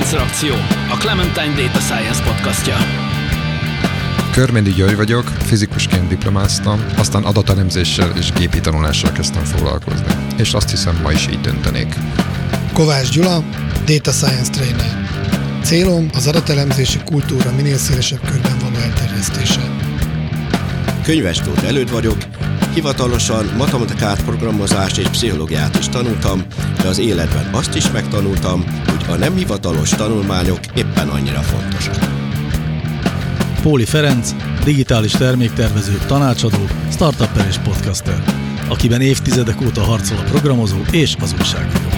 Transreakció, a Clementine Data Science podcastja. Körméndi György vagyok, fizikusként diplomáztam, aztán adatelemzéssel és gépi tanulással kezdtem foglalkozni. És azt hiszem, ma is így döntenék. Kovács Gyula, Data Science Trainer. Célom az adatelemzési kultúra minél szélesebb körben való elterjesztése. Könyves Tóth Előd vagyok, hivatalosan matematikát, programozást és pszichológiát is tanultam, de az életben azt is megtanultam, hogy a nem hivatalos tanulmányok éppen annyira fontosak. Póli Ferenc, digitális terméktervező, tanácsadó, startupper és podcaster, akiben évtizedek óta harcol a programozó és az újságíró.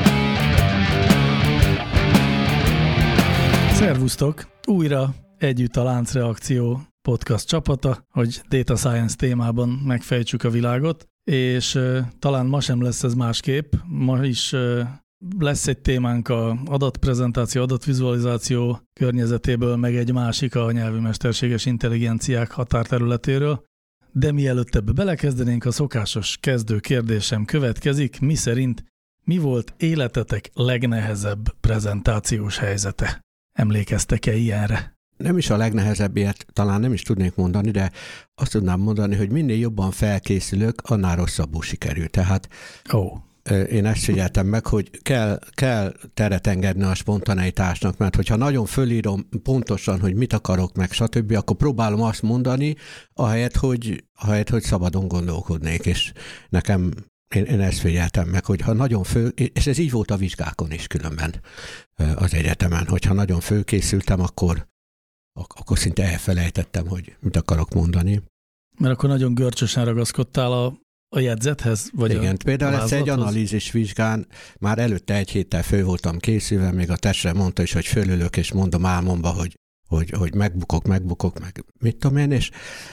Szervusztok! Újra együtt a Láncreakció podcast csapata, hogy Data Science témában megfejtsük a világot, és talán ma sem lesz ez másképp. Ma is lesz egy témánk a adatprezentáció, adatvizualizáció környezetéből, meg egy másik a nyelvi mesterséges intelligenciák határterületéről. De mielőtt ebbe belekezdenénk, a szokásos kezdő kérdésem következik, miszerint mi volt életetek legnehezebb prezentációs helyzete? Emlékeztek-e ilyenre? Nem is a legnehezebb, ilyet talán nem is tudnék mondani, de azt tudnám mondani, hogy minél jobban felkészülök, annál rosszabbul sikerül. Tehát én ezt figyeltem meg, hogy kell teret engedni a spontaneitásnak, mert hogyha nagyon fölírom pontosan, hogy mit akarok meg, stb., akkor próbálom azt mondani, ahelyett, hogy szabadon gondolkodnék, és nekem én ezt figyeltem meg, hogy ha nagyon és ez így volt a vizsgákon is különben az egyetemen, hogyha nagyon fölkészültem, akkor szinte elfelejtettem, hogy mit akarok mondani. Mert akkor nagyon görcsösen ragaszkodtál a jegyzethez? Vagy igen, például ezt egy analízis vizsgán már előtte egy héttel föl voltam készülve, még a testre mondta is, hogy fölülök, és mondom álmomba, hogy megbukok, meg mit tudom én,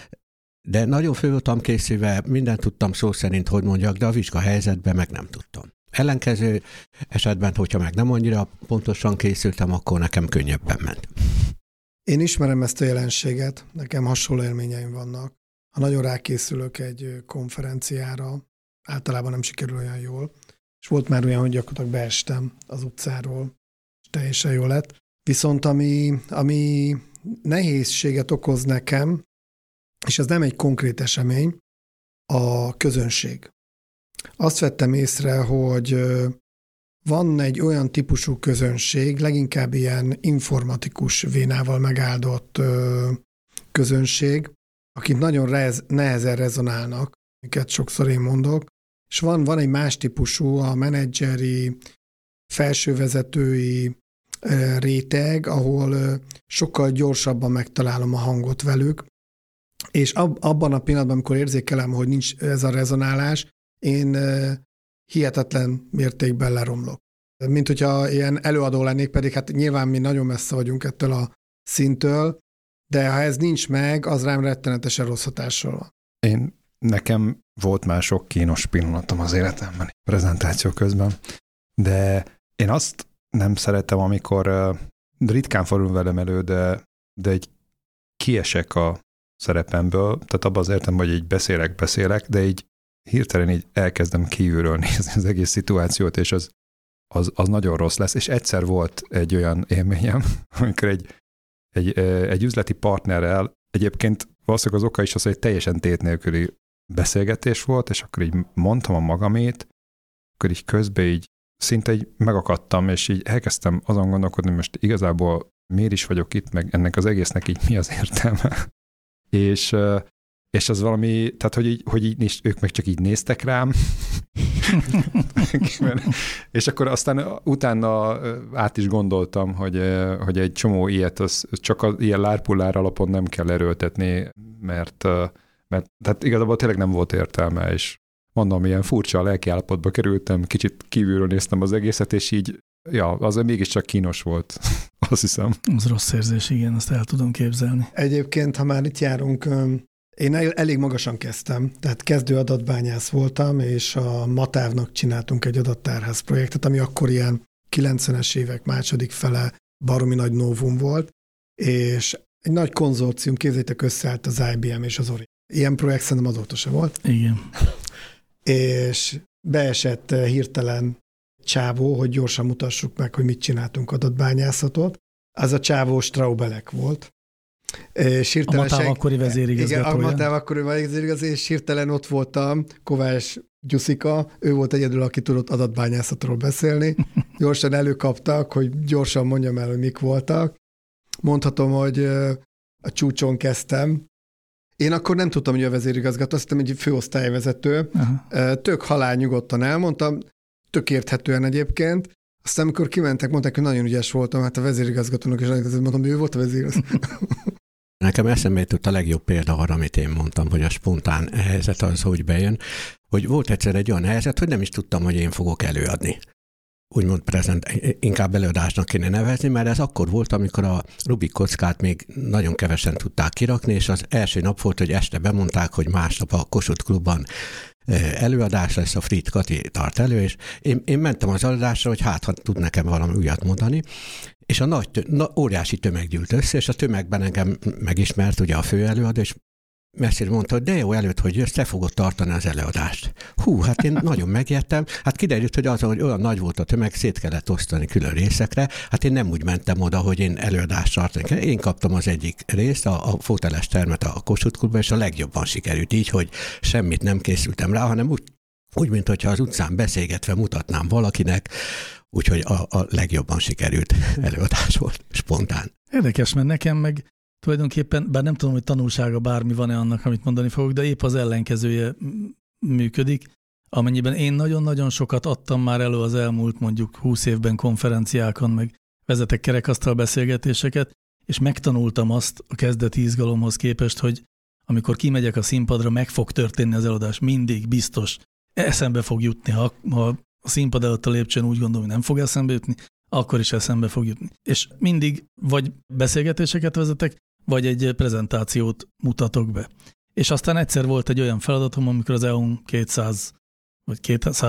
de nagyon föl voltam készülve, mindent tudtam szó szerint, hogy mondjak, de a vizsga helyzetben meg nem tudtam. Ellenkező esetben, hogyha meg nem annyira pontosan készültem, akkor nekem könnyebben ment. Én ismerem ezt a jelenséget, nekem hasonló élményeim vannak. Ha nagyon rákészülök egy konferenciára, általában nem sikerül olyan jól, és volt már olyan, hogy gyakorlatilag beestem az utcáról, és teljesen jól lett. Viszont ami nehézséget okoz nekem, és ez nem egy konkrét esemény, a közönség. Azt vettem észre, hogy van egy olyan típusú közönség, leginkább ilyen informatikus vénával megáldott közönség, akik nagyon nehezen rezonálnak, amiket sokszor én mondok, és van egy más típusú, a menedzseri, felsővezetői réteg, ahol sokkal gyorsabban megtalálom a hangot velük, és abban a pillanatban, amikor érzékelem, hogy nincs ez a rezonálás, én hihetetlen mértékben leromlok. Mint hogyha ilyen előadó lennék, pedig hát nyilván mi nagyon messze vagyunk ettől a szintől, de ha ez nincs meg, az rám rettenetesen rossz hatással van. Nekem volt már sok kínos pillanatom az életemben, prezentáció közben, de én azt nem szeretem, amikor ritkán fordul velem elő, de egy kiesek a szerepemből, tehát abban az értem, hogy így beszélek, de így hirtelen így elkezdem kívülről nézni az egész szituációt, és az nagyon rossz lesz. És egyszer volt egy olyan élményem, amikor egy üzleti partnerrel, egyébként valószínűleg az oka is az, hogy egy teljesen tét nélküli beszélgetés volt, és akkor így mondtam a magamét, akkor így közben így szinte így megakadtam, és így elkezdtem azon gondolkodni, hogy most igazából miért is vagyok itt, meg ennek az egésznek így mi az értelme. És az valami, tehát hogy így ők meg csak így néztek rám, és akkor aztán utána át is gondoltam, hogy egy csomó ilyet, csak ilyen lárpullár alapon nem kell erőltetni, mert tehát igazából tényleg nem volt értelme, és mondom, ilyen furcsa lelkiállapotba kerültem, kicsit kívülről néztem az egészet, és így, az mégiscsak kínos volt, azt hiszem. Az rossz érzés, igen, azt el tudom képzelni. Egyébként, ha már itt járunk, én elég magasan kezdtem, tehát kezdő adatbányász voltam, és a Matávnak csináltunk egy adattárház projektet, ami akkor ilyen 90-es évek második fele baromi nagy novum volt, és egy nagy konzorcium, képzeljétek, összeállt az IBM és az Ori. Ilyen projekt szerintem azóta se volt. Igen. És beesett hirtelen csávó, hogy gyorsan mutassuk meg, hogy mit csináltunk adatbányászatot. Az a csávó Straubelek volt. A Matáv akkori vezérigazgatója. Igen, a Matáv akkori vezérigazgatója, és hirtelen ott voltam, Kovács Gyuszika, ő volt egyedül, aki tudott adatbányászatról beszélni. Gyorsan előkaptak, hogy gyorsan mondjam el, hogy mik voltak. Mondhatom, hogy a csúcson kezdtem. Én akkor nem tudtam, hogy a vezérigazgató, azt hiszem, egy főosztályvezető. Tök halál nyugodtan elmondtam, tök érthetően egyébként. Aztán, amikor kimentek, mondták, hogy nagyon ügyes voltam, hát a vezérigazgatónak is mondtam, hogy ő volt a vezérigazgató. Nekem eszembe jutott a legjobb példa arra, amit én mondtam, hogy a spontán helyzet az, hogy bejön, hogy volt egyszer egy olyan helyzet, hogy nem is tudtam, hogy én fogok előadni. Úgymond inkább előadásnak kéne nevezni, mert ez akkor volt, amikor a Rubik kockát még nagyon kevesen tudták kirakni, és az első nap volt, hogy este bemondták, hogy másnap a Kossuth Klubban előadás lesz, a Frit Kati tart elő, és én mentem az előadásra, hogy ha tud nekem valami újat mondani, és a óriási tömeg gyűlt össze, és a tömegben engem megismert ugye a főelőadó, és messzire mondta, hogy de jó előtt, hogy jössz, te fogod tartani az előadást. Hát én nagyon megijedtem. Hát kiderült, hogy az, hogy olyan nagy volt a tömeg, szét kellett osztani külön részekre. Hát én nem úgy mentem oda, hogy én előadást tartani. Én kaptam az egyik részt, a foteles termet a Kossuth Klubban, és a legjobban sikerült így, hogy semmit nem készültem rá, hanem úgy mint hogyha az utcán beszélgetve mutatnám valakinek, úgyhogy a legjobban sikerült előadás volt, spontán. Érdekes, mert nekem meg tulajdonképpen, bár nem tudom, hogy tanulsága bármi van-e annak, amit mondani fogok, de épp az ellenkezője működik, amennyiben én nagyon-nagyon sokat adtam már elő az elmúlt mondjuk 20 évben konferenciákon, meg vezetek kerekasztal beszélgetéseket, és megtanultam azt a kezdeti izgalomhoz képest, hogy amikor kimegyek a színpadra, meg fog történni az előadás, mindig biztos eszembe fog jutni, ha a színpad előtt a lépcsőn úgy gondolom, hogy nem fog eszembe jutni, akkor is eszembe fog jutni. És mindig vagy beszélgetéseket vezetek, vagy egy prezentációt mutatok be. És aztán egyszer volt egy olyan feladatom, amikor az EU 200 vagy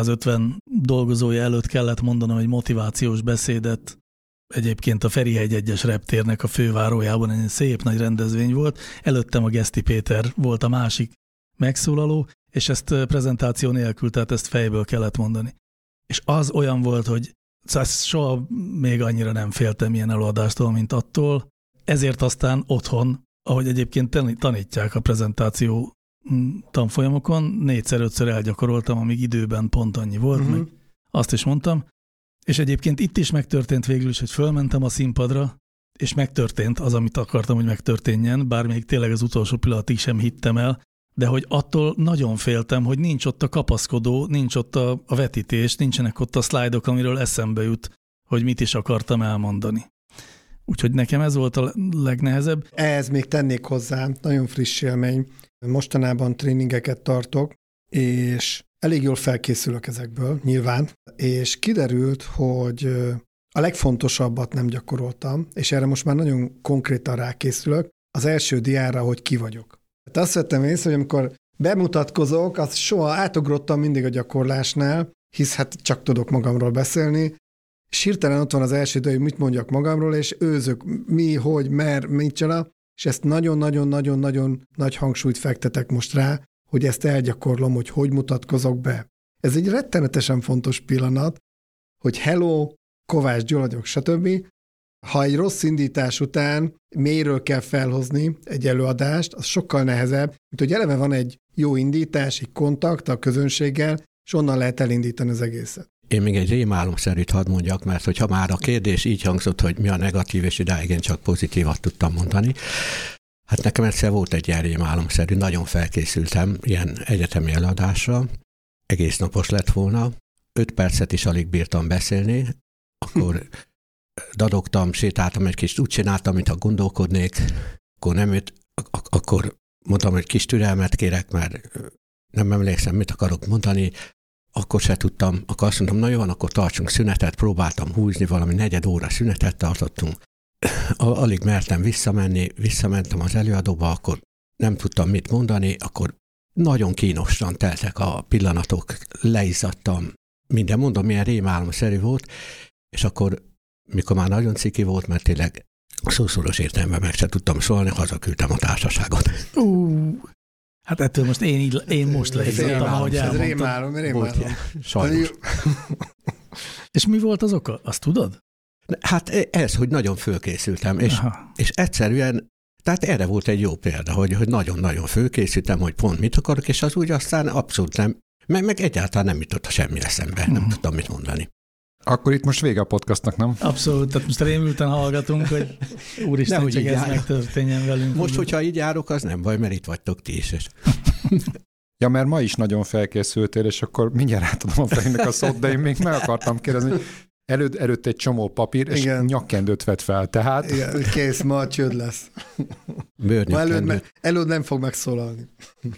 250 dolgozója előtt kellett mondanom egy motivációs beszédet. Egyébként a Ferihegy 1-es reptérnek a fővárójában egy szép nagy rendezvény volt. Előttem a Geszti Péter volt a másik megszólaló, és ezt prezentáció nélkül, tehát ezt fejből kellett mondani. És az olyan volt, hogy soha még annyira nem féltem ilyen előadástól, mint attól. Ezért aztán otthon, ahogy egyébként tanítják a prezentáció tanfolyamokon, 4-5-ször elgyakoroltam, amíg időben pont annyi volt, meg azt is mondtam. És egyébként itt is megtörtént végül is, hogy fölmentem a színpadra, és megtörtént az, amit akartam, hogy megtörténjen, bár még tényleg az utolsó pillanatig sem hittem el, de hogy attól nagyon féltem, hogy nincs ott a kapaszkodó, nincs ott a vetítés, nincsenek ott a szlájdok, amiről eszembe jut, hogy mit is akartam elmondani. Úgyhogy nekem ez volt a legnehezebb. Ehhez még tennék hozzá, nagyon friss élmény. Mostanában tréningeket tartok, és elég jól felkészülök ezekből, nyilván, és kiderült, hogy a legfontosabbat nem gyakoroltam, és erre most már nagyon konkrétan rákészülök, az első diára, hogy ki vagyok. Hát azt vettem észre, hogy amikor bemutatkozok, azt soha átugrottam mindig a gyakorlásnál, hisz hát csak tudok magamról beszélni, és hirtelen ott van az első idő, hogy mit mondjak magamról, és őzök mi, hogy, mit csinál, és ezt nagyon-nagyon-nagyon-nagyon nagy hangsúlyt fektetek most rá, hogy ezt elgyakorlom, hogy mutatkozok be. Ez egy rettenetesen fontos pillanat, hogy hello, Kovács Gyula vagyok, stb. Ha egy rossz indítás után mélyről kell felhozni egy előadást, az sokkal nehezebb, mint hogy eleve van egy jó indítás, egy kontakt a közönséggel, és onnan lehet elindítani az egészet. Én még egy rémálomszerűt hadd mondjak, mert hogyha már a kérdés így hangzott, hogy mi a negatív, és idáig én csak pozitívat tudtam mondani, hát nekem egyszer volt egy ilyen rémálomszerű, nagyon felkészültem ilyen egyetemi előadásra, egész napos lett volna, 5 percet is alig bírtam beszélni, akkor dadogtam, sétáltam egy kicsit, úgy csináltam, mintha gondolkodnék, akkor mondtam, hogy kis türelmet kérek, mert nem emlékszem, mit akarok mondani, akkor se tudtam, akkor azt mondtam, na jó, akkor tartsunk szünetet, próbáltam húzni, valami 4 óra szünetet tartottunk. Alig mertem visszamentem az előadóba, akkor nem tudtam mit mondani, akkor nagyon kínosan teltek a pillanatok, leizzadtam, minden mondom, milyen rémálomszerű volt, és akkor, mikor már nagyon ciki volt, mert tényleg szószoros értelemben meg se tudtam szólni, hazaküldtem a társaságot. Hát ettől most én most leizzadtam, ahogy elmondtam. Ez rémálom. Sajnos. És mi volt az oka? Azt tudod? Hát ez, hogy nagyon fölkészültem, és egyszerűen, tehát erre volt egy jó példa, hogy nagyon-nagyon fölkészültem, hogy pont mit akarok, és az úgy aztán abszolút nem, meg egyáltalán nem jutott a semmi eszembe, nem tudtam mit mondani. Akkor itt most vége a podcastnak, nem? Abszolút, tehát most rémülten hallgatunk, hogy úristen, hogy csak ez járok. megtörténjen velünk. Most, hogyha így járok, az nem baj, mert itt vagytok ti is. Ja, mert ma is nagyon felkészültél, és akkor mindjárt átadom a fejnek a szót, de én még meg akartam kérdezni, hogy előtt egy csomó papír, és nyakkendőt vett fel, tehát... Igen, kész, ma a csőd lesz. Előtt nem fog megszólalni.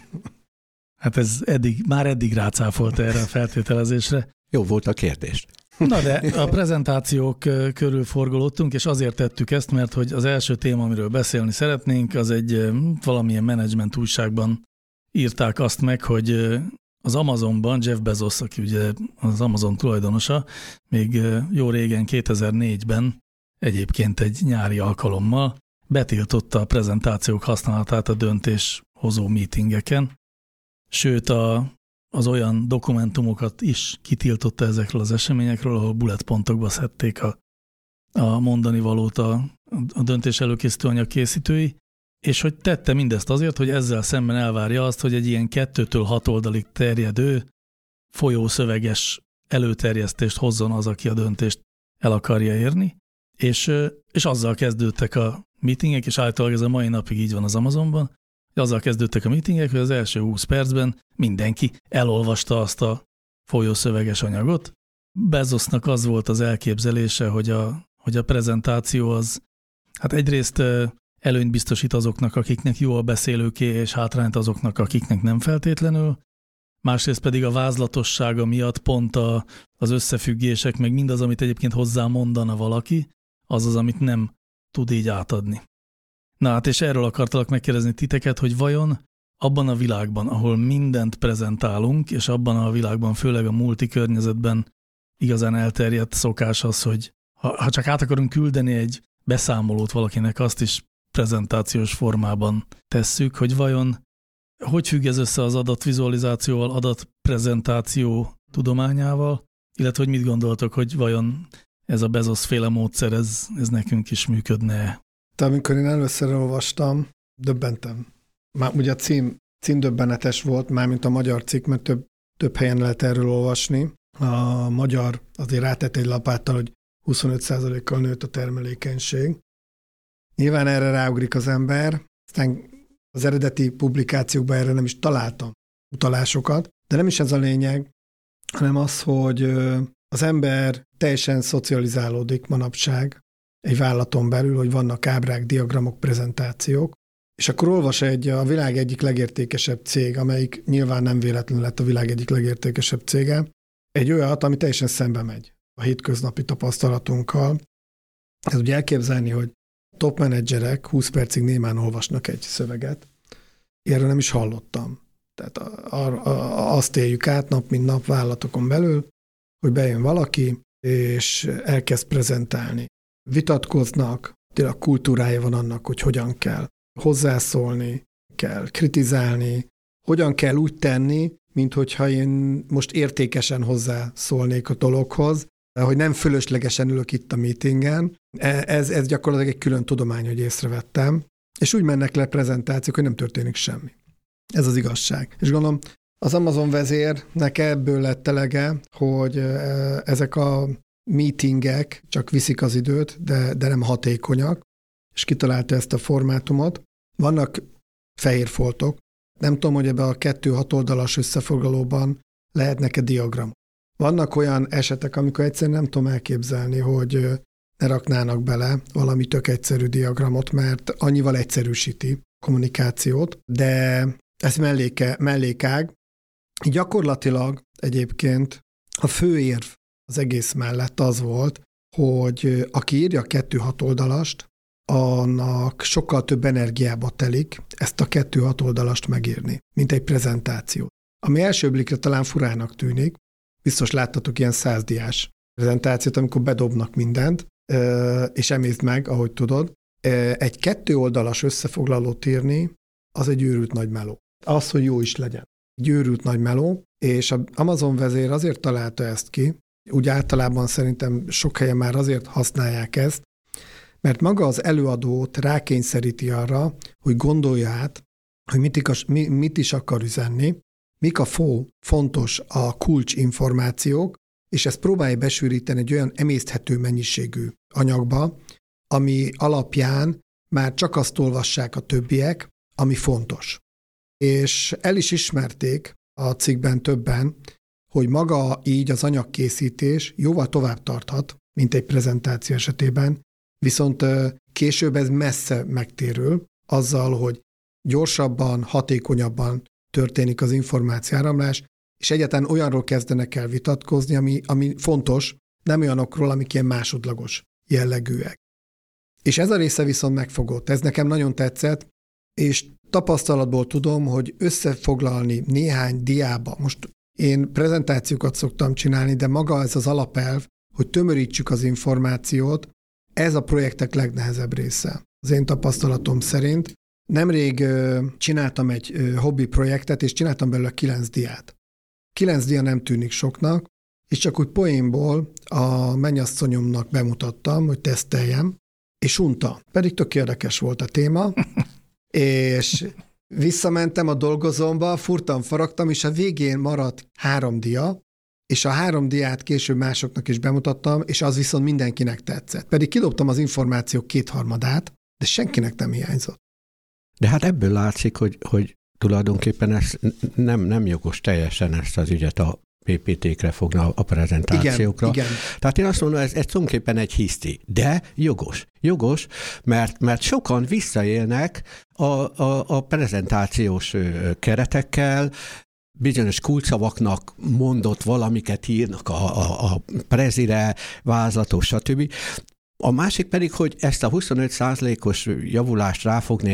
Hát ez már eddig rácáfolt erre a feltételezésre. Jó volt a kérdés. Na de a prezentációk körül forgolódtunk, és azért tettük ezt, mert hogy az első téma, amiről beszélni szeretnénk, az egy valamilyen menedzsment újságban írták azt meg, hogy az Amazonban Jeff Bezos, aki ugye az Amazon tulajdonosa, még jó régen 2004-ben egyébként egy nyári alkalommal betiltotta a prezentációk használatát a döntéshozó meetingeken, sőt az olyan dokumentumokat is kitiltotta ezekről az eseményekről, ahol bulletpontokba szedték a mondani valót a döntés előkészítő anyag készítői, és hogy tette mindezt azért, hogy ezzel szemben elvárja azt, hogy egy ilyen 2-től 6 oldalig terjedő folyószöveges előterjesztést hozzon az, aki a döntést el akarja érni, és azzal kezdődtek a meetingek, és általában ez a mai napig így van az Amazonban, azzal kezdődtek a meetingek, hogy az első 20 percben mindenki elolvasta azt a folyószöveges anyagot. Bezosnak az volt az elképzelése, hogy a prezentáció az, hát egyrészt előnyt biztosít azoknak, akiknek jó a beszélőké, és hátrányt azoknak, akiknek nem feltétlenül. Másrészt pedig a vázlatossága miatt pont az összefüggések, meg mindaz, amit egyébként hozzá mondana valaki, az, amit nem tud így átadni. Na hát, és erről akartalak megkérdezni titeket, hogy vajon abban a világban, ahol mindent prezentálunk, és abban a világban, főleg a multi környezetben igazán elterjedt szokás az, hogy ha csak át akarunk küldeni egy beszámolót valakinek, azt is prezentációs formában tesszük, hogy vajon hogy függ ez össze az adatvizualizációval, adatprezentáció tudományával, illetve hogy mit gondoltok, hogy vajon ez a Bezos-féle módszer, ez nekünk is működne? De amikor én először olvastam, döbbentem. Már ugye a cím döbbenetes volt, mármint a magyar cikk, mert több helyen lehet erről olvasni. A magyar azért rátett egy lapáttal, hogy 25%-kal nőtt a termelékenység. Nyilván erre ráugrik az ember, aztán az eredeti publikációkban erre nem is találtam utalásokat, de nem is ez a lényeg, hanem az, hogy az ember teljesen szocializálódik manapság egy vállalaton belül, hogy vannak ábrák, diagramok, prezentációk, és akkor olvas a világ egyik legértékesebb cég, amelyik nyilván nem véletlenül lett a világ egyik legértékesebb cége, egy olyat, ami teljesen szembe megy a hétköznapi tapasztalatunkkal. Ez ugye elképzelni, hogy top menedzserek 20 percig némán olvasnak egy szöveget. Erről nem is hallottam. Tehát azt éljük át nap mint nap vállalatokon belül, hogy bejön valaki, és elkezd prezentálni. Vitatkoznak, tényleg kultúrája van annak, hogy hogyan kell hozzászólni, kell kritizálni, hogyan kell úgy tenni, mint hogyha én most értékesen hozzászólnék a dologhoz, hogy nem fölöslegesen ülök itt a meetingen. Ez gyakorlatilag egy külön tudomány, hogy észrevettem. És úgy mennek le prezentációk, hogy nem történik semmi. Ez az igazság. És gondolom, az Amazon vezérnek ebből lett elege, hogy ezek a meetingek csak viszik az időt, de nem hatékonyak, és kitalálta ezt a formátumot. Vannak fehér foltok. Nem tudom, hogy ebbe a 2-6 oldalas összefoglalóban lehetnek-e diagramok. Vannak olyan esetek, amikor egyszerűen nem tudom elképzelni, hogy ne raknának bele valami tök egyszerű diagramot, mert annyival egyszerűsíti a kommunikációt, de ez mellékág. Gyakorlatilag egyébként a fő érv az egész mellett az volt, hogy aki írja a 2-6 oldalast, annak sokkal több energiába telik ezt a 2-6 oldalast megírni, mint egy prezentáció. Ami első blikre talán furának tűnik, biztos láttatok ilyen 100 diás prezentációt, amikor bedobnak mindent, és emészd meg, ahogy tudod. Egy 2 oldalas összefoglalót írni, az egy őrült nagy meló. Az, hogy jó is legyen. Egy őrült nagy meló, és az Amazon vezér azért találta ezt ki, Úgy általában szerintem sok helyen már azért használják ezt, mert maga az előadót rákényszeríti arra, hogy gondolja át, hogy mit is akar üzenni, mik a fontos a kulcsinformációk, és ezt próbálja besűríteni egy olyan emészthető mennyiségű anyagba, ami alapján már csak azt olvassák a többiek, ami fontos. És el is ismerték a cikkben többen, hogy maga így az anyagkészítés jóval tovább tarthat, mint egy prezentáció esetében, viszont később ez messze megtérül azzal, hogy gyorsabban, hatékonyabban történik az információáramlás, és egyáltalán olyanról kezdenek el vitatkozni, ami fontos, nem olyanokról, amik ilyen másodlagos jellegűek. És ez a része viszont megfogott. Ez nekem nagyon tetszett, és tapasztalatból tudom, hogy összefoglalni néhány diába, most én prezentációkat szoktam csinálni, de maga ez az alapelv, hogy tömörítsük az információt, ez a projektek legnehezebb része. Az én tapasztalatom szerint. Nemrég csináltam egy hobbi projektet, és csináltam belőle 9 diát. 9 dia nem tűnik soknak, és csak úgy poénból a mennyasszonyomnak bemutattam, hogy teszteljem, és unta. Pedig tök érdekes volt a téma, és visszamentem a dolgozómba, furtam, faragtam, és a végén maradt 3 dia, és a 3 diát később másoknak is bemutattam, és az viszont mindenkinek tetszett. Pedig kidobtam az információk 2/3, de senkinek nem hiányzott. De hát ebből látszik, hogy tulajdonképpen ez nem jogos teljesen ezt az ügyet a PPT-kre fogna a prezentációkra. Igen. Tehát én azt mondom, ez tulajdonképpen egy hiszti, de jogos. Jogos, mert sokan visszaélnek a prezentációs keretekkel, bizonyos kulcsszavaknak mondott valamiket írnak a prezire, vázlatos, stb. A másik pedig, hogy ezt a 25%-os javulást ráfogni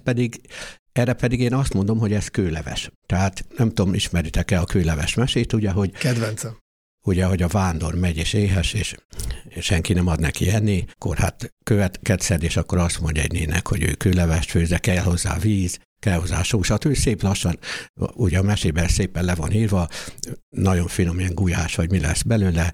erre pedig én azt mondom, hogy ez kőleves. Tehát nem tudom, ismeritek-e a kőleves mesét, ugye, hogy... Kedvencem. Ugye, hogy a vándor megy és éhes, és senki nem ad neki enni, akkor hát követ szed, és akkor azt mondja egy nének, hogy ő kőlevest főz, de kell hozzá víz, kell hozzá só, stb. Szép lassan, ugye a mesében szépen le van írva, nagyon finom ilyen gulyás, vagy mi lesz belőle,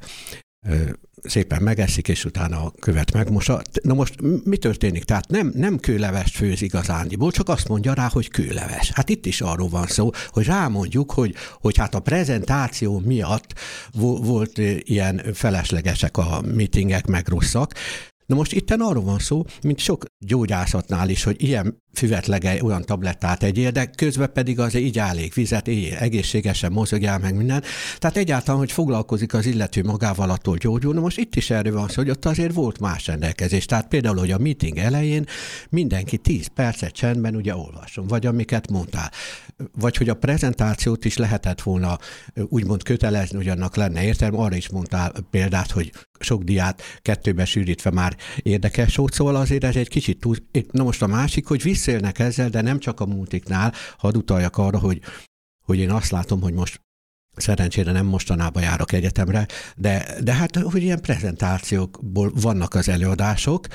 szépen megeszik, és utána a követ megmosa. Na most mi történik? Tehát nem kőlevest főz igazándiból, csak azt mondja rá, hogy kőleves. Hát itt is arról van szó, hogy rámondjuk, hogy hát a prezentáció miatt volt ilyen feleslegesek a meetingek, meg rosszak. Na most itten arról van szó, mint sok gyógyászatnál is, hogy ilyen füvetlege olyan tablettát egyél, de közben pedig azért így elég vizet, egészségesen mozogjál meg minden. Tehát egyáltalán, hogy foglalkozik az illető magával, attól gyógyul. Na most itt is erről van szó, hogy ott azért volt más rendelkezés. Tehát például, hogy a meeting elején mindenki 10 percet csendben ugye olvasson, vagy amiket mondtál. Vagy hogy a prezentációt is lehetett volna úgymond kötelezni, hogy annak lenne értelme. Arra is mondtál példát, hogy sok diát 2-be sűrítve már érdekes volt, szóval azért ez egy kicsit túl. Na most a másik, hogy visszaélnek ezzel, de nem csak a multiknál, hadd utaljak arra, hogy én azt látom, hogy most szerencsére nem mostanában járok egyetemre, de hát, hogy ilyen prezentációkból vannak az előadások.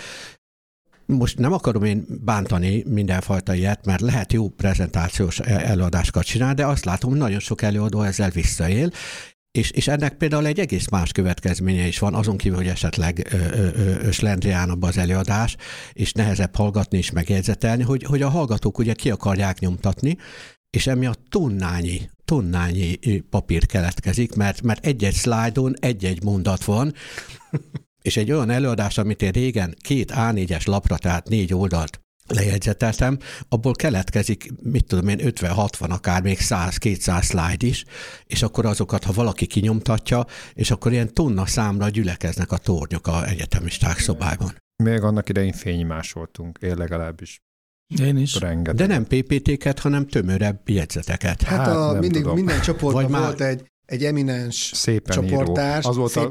Most nem akarom én bántani mindenfajta ilyet, mert lehet jó prezentációs előadásokat csinálni, de azt látom, hogy nagyon sok előadó ezzel visszaél, és ennek például egy egész más következménye is van, azon kívül, hogy esetleg slendriánabb az előadás, és nehezebb hallgatni és megjegyzetelni, hogy a hallgatók ugye ki akarják nyomtatni, és emiatt tonnányi papír keletkezik, mert egy-egy szlájdon egy-egy mondat van, és egy olyan előadás, amit én régen 2 A4-es lapra, tehát 4 oldalt lejegyzeteltem, abból keletkezik, 50-60, akár még 100-200 szlájd is, és akkor azokat, ha valaki kinyomtatja, és akkor ilyen tonna számra gyülekeznek a tornyok a egyetemisták szobában. Még annak idején fénymásoltunk, én legalábbis. Én is. Rengeteg. De nem PPT-ket, hanem tömörebb jegyzeteket. Hát minden csoportban Vagy volt egy eminens csoporttárs,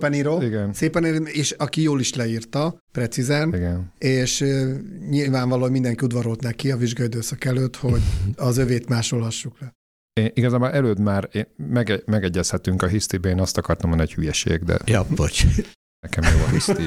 szépen író, és aki jól is leírta, precízen, igen. És nyilvánvalóan mindenki udvarolt neki a vizsgaidőszak előtt, hogy az övét másolhassuk le. Igazából előtt már megegyezhetünk a hisztibe, én azt akartam mondani, egy hülyeség, de... Ja, bocs. Nekem jó a hiszti.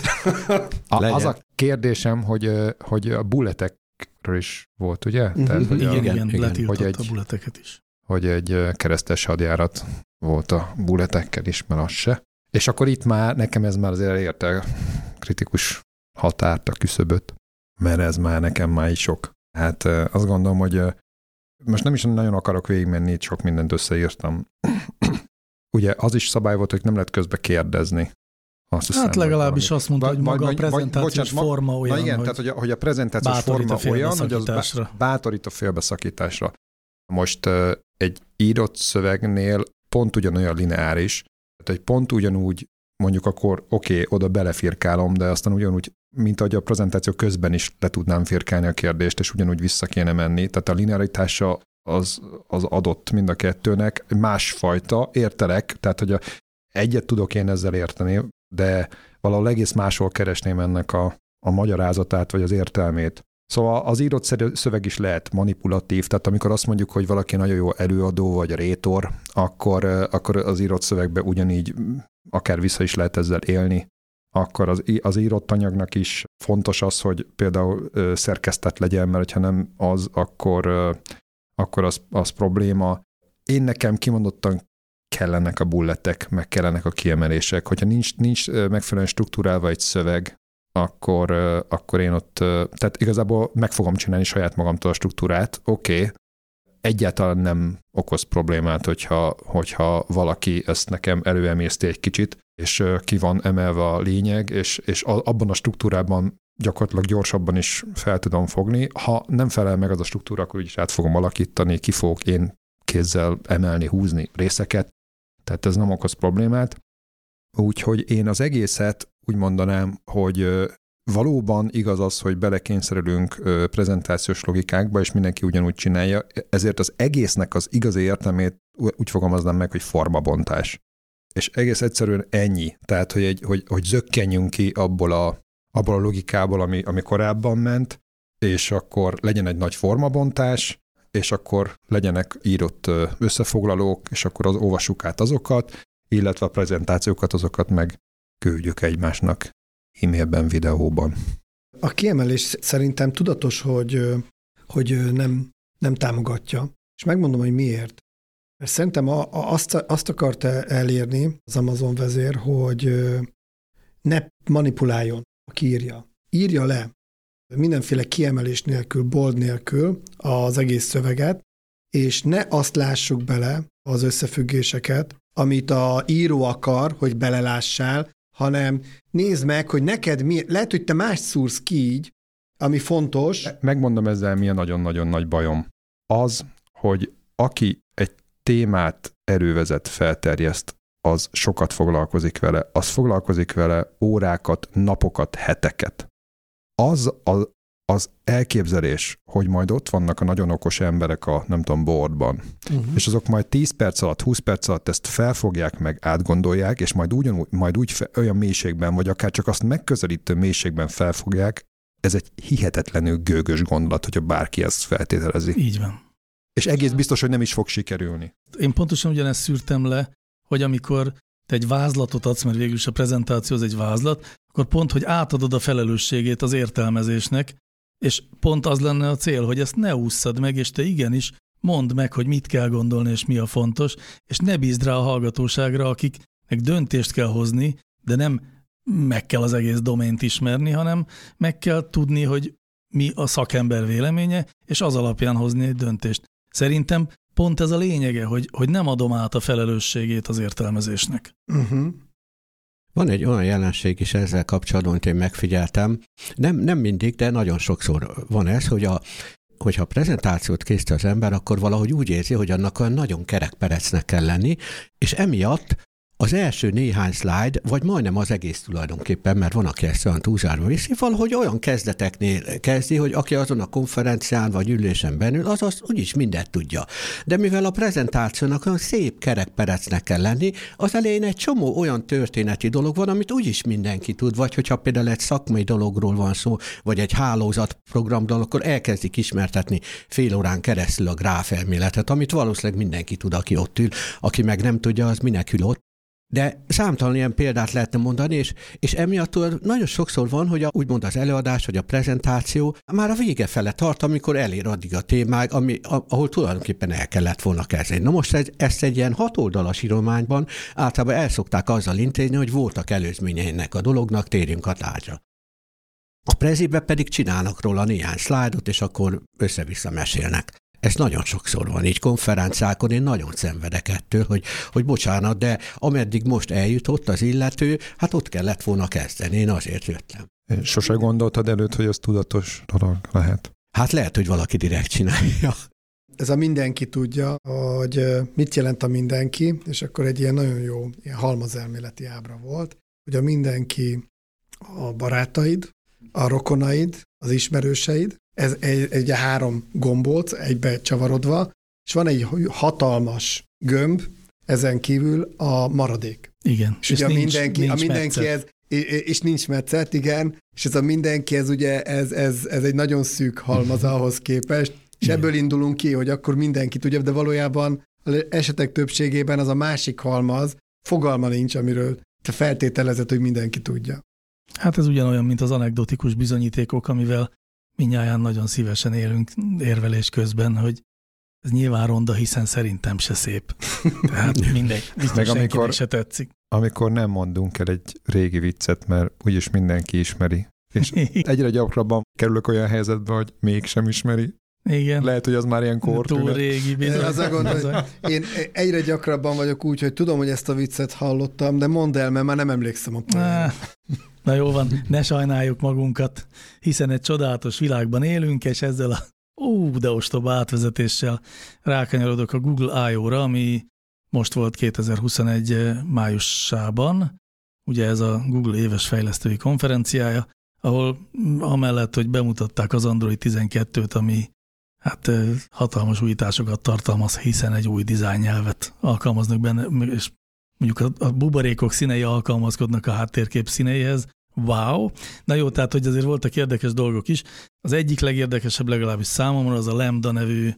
Az a kérdésem, hogy a bulletekről is volt, ugye? Uh-huh. Tehát, hogy igen, letiltott a bulleteket is. Hogy egy keresztes hadjárat volt a bulletekkel is, mert az se. És akkor itt már, nekem ez már azért elérte kritikus határt, a küszöböt, mert ez már nekem már is sok. Hát azt gondolom, hogy most nem is nagyon akarok végigmenni, itt sok mindent összeírtam. Ugye az is szabály volt, hogy nem lehet közbe kérdezni. Azt hiszem, hát legalábbis azt mondta, hogy maga a prezentációs forma olyan, na igen, tehát hogy a prezentációs forma olyan, hogy az bátorít a félbeszakításra. Most egy írott szövegnél pont ugyanolyan lineáris, tehát egy pont ugyanúgy mondjuk akkor oda belefirkálom, de aztán ugyanúgy, mint ahogy a prezentáció közben is le tudnám firkálni a kérdést, és ugyanúgy vissza kéne menni. Tehát a linearitása az adott mind a kettőnek. Másfajta, értelek, tehát hogy egyet tudok én ezzel érteni, de valahol egész máshol keresném ennek a magyarázatát, vagy az értelmét. Szóval az írott szöveg is lehet manipulatív, tehát amikor azt mondjuk, hogy valaki nagyon jó előadó, vagy rétor, akkor az írott szövegbe ugyanígy akár vissza is lehet ezzel élni. Akkor az írott anyagnak is fontos az, hogy például szerkesztett legyen, mert ha nem az, akkor az probléma. Én nekem kimondottan kellenek a bulletek, meg kellenek a kiemelések. Hogyha nincs megfelelően struktúrálva egy szöveg, akkor én ott, tehát igazából meg fogom csinálni saját magamtól a struktúrát, egyáltalán nem okoz problémát, hogyha valaki ezt nekem előemészti egy kicsit, és ki van emelve a lényeg, és abban a struktúrában gyakorlatilag gyorsabban is fel tudom fogni. Ha nem felel meg az a struktúra, akkor úgyis át fogom alakítani, ki fogok én kézzel emelni, húzni részeket, tehát ez nem okoz problémát. Úgyhogy én az egészet úgy mondanám, hogy valóban igaz az, hogy belekényszerülünk prezentációs logikákba, és mindenki ugyanúgy csinálja, ezért az egésznek az igazi értelmét úgy fogalmaznám meg, hogy formabontás. És egész egyszerűen ennyi. Tehát, hogy zökkenjünk ki abból a logikából, ami korábban ment, és akkor legyen egy nagy formabontás, és akkor legyenek írott összefoglalók, és akkor olvassuk át azokat, illetve a prezentációkat, azokat meg küldjük egymásnak e-mailben, videóban. A kiemelés szerintem tudatos, hogy nem támogatja. És megmondom, hogy miért. Mert szerintem azt akarta elérni az Amazon vezér, hogy ne manipuláljon, aki írja. Írja le mindenféle kiemelés nélkül, bold nélkül az egész szöveget, és ne azt lássuk bele, az összefüggéseket, amit a író akar, hogy belelássál, hanem nézd meg, hogy neked lehet, hogy te más szúrsz ki így, ami fontos. Megmondom ezzel, mi a nagyon-nagyon nagy bajom. Az, hogy aki egy témát elővezet, felterjeszt, az sokat foglalkozik vele. Az foglalkozik vele órákat, napokat, heteket. Az elképzelés, hogy majd ott vannak a nagyon okos emberek a, nem tudom, boardban, és azok majd 10 perc alatt, 20 perc alatt ezt felfogják meg, átgondolják, és majd úgy olyan mélységben, vagy akár csak azt megközelítő mélységben felfogják, ez egy hihetetlenül gőgös gondolat, hogyha bárki ezt feltételezi. Így van. És egész biztos, hogy nem is fog sikerülni. Én pontosan ugyanezt szűrtem le, hogy amikor te egy vázlatot adsz, mert végül is a prezentáció az egy vázlat, akkor pont, hogy átadod a felelősségét az értelmezésnek, és pont az lenne a cél, hogy ezt ne ússzad meg, és te igenis mondd meg, hogy mit kell gondolni, és mi a fontos, és ne bízd rá a hallgatóságra, akiknek döntést kell hozni, de nem meg kell az egész domént ismerni, hanem meg kell tudni, hogy mi a szakember véleménye, és az alapján hozni egy döntést. Szerintem pont ez a lényege, hogy nem adom át a felelősségét az értelmezésnek. Van egy olyan jelenség is ezzel kapcsolatban, amit én megfigyeltem. Nem mindig, de nagyon sokszor van ez, hogyha prezentációt készít az ember, akkor valahogy úgy érzi, hogy annak olyan nagyon kerekperecnek kell lenni, és emiatt az első néhány szlájd, vagy majdnem az egész tulajdonképpen, mert van, aki ezt olyan túlzárva viszi, valahogy olyan kezdeteknél kezdi, hogy aki azon a konferencián vagy ülésen bennül, az úgyis mindent tudja. De mivel a prezentációnak olyan szép kerekperecnek kell lenni, az elején egy csomó olyan történeti dolog van, amit úgyis mindenki tud, vagy hogyha például egy szakmai dologról van szó, vagy egy hálózatprogram dolog, akkor elkezdik ismertetni fél órán keresztül a gráfelméletet, amit valószínűleg mindenki tud, aki ott ül, aki meg nem tudja, az minek ül ott. De számtalan ilyen példát lehetne mondani, és emiatt nagyon sokszor van, hogy úgymond az előadás vagy a prezentáció már a vége fele tart, amikor elér addig a témák, ahol tulajdonképpen el kellett volna kezdeni. Na most ezt egy ilyen 6 oldalas írományban általában el szokták azzal intézni, hogy voltak előzményei ennek a dolognak, térjünk a tárgyra. A prezibe pedig csinálnak róla néhány szlájdot, és akkor össze-vissza mesélnek. Ez nagyon sokszor van, így konferenciákon én nagyon szenvedek ettől, hogy bocsánat, de ameddig most eljutott az illető, hát ott kellett volna kezdeni, én azért jöttem. Sose gondoltad előtt, hogy az tudatos dolog lehet? Hát lehet, hogy valaki direkt csinálja. Ez a mindenki tudja, hogy mit jelent a mindenki, és akkor egy ilyen nagyon jó ilyen halmazelméleti ábra volt, hogy a mindenki a barátaid, a rokonaid, az ismerőseid, ez egy 3 gombóc egybe csavarodva, és van egy hatalmas gömb, ezen kívül a maradék. Igen. És ugye nincs mindenki ez, és nincs metszet, igen, és ez a mindenki, ez ugye, ez egy nagyon szűk halmaz ahhoz képest, és ebből indulunk ki, hogy akkor mindenki tudja, de valójában esetek többségében az a másik halmaz, fogalma nincs, amiről te feltételezed, hogy mindenki tudja. Hát ez ugyanolyan, mint az anekdotikus bizonyítékok, amivel mindnyáján nagyon szívesen élünk érvelés közben, hogy ez nyilván ronda, hiszen szerintem se szép. Tehát biztos senkinek se tetszik. Amikor nem mondunk el egy régi viccet, mert úgyis mindenki ismeri. És egyre gyakrabban kerülök olyan helyzetbe, hogy mégsem ismeri. Igen. Lehet, hogy az már ilyen kortűnet. Túl régi bizony. Az a gond, hogy én egyre gyakrabban vagyok úgy, hogy tudom, hogy ezt a viccet hallottam, de mondd el, mert már nem emlékszem a poénra. Na jó van, ne sajnáljuk magunkat, hiszen egy csodálatos világban élünk, és ezzel a de ostoba átvezetéssel rákanyarodok a Google I.O.-ra, ami most volt 2021 májusában, ugye ez a Google éves fejlesztői konferenciája, ahol amellett, hogy bemutatták az Android 12-t, ami hát hatalmas újításokat tartalmaz, hiszen egy új dizájn nyelvet alkalmaznak benne, és mondjuk a buborékok színei alkalmazkodnak a háttérkép színeihez. Wow! Na jó, tehát, hogy azért voltak érdekes dolgok is. Az egyik legérdekesebb legalábbis számomra az a Lambda nevű,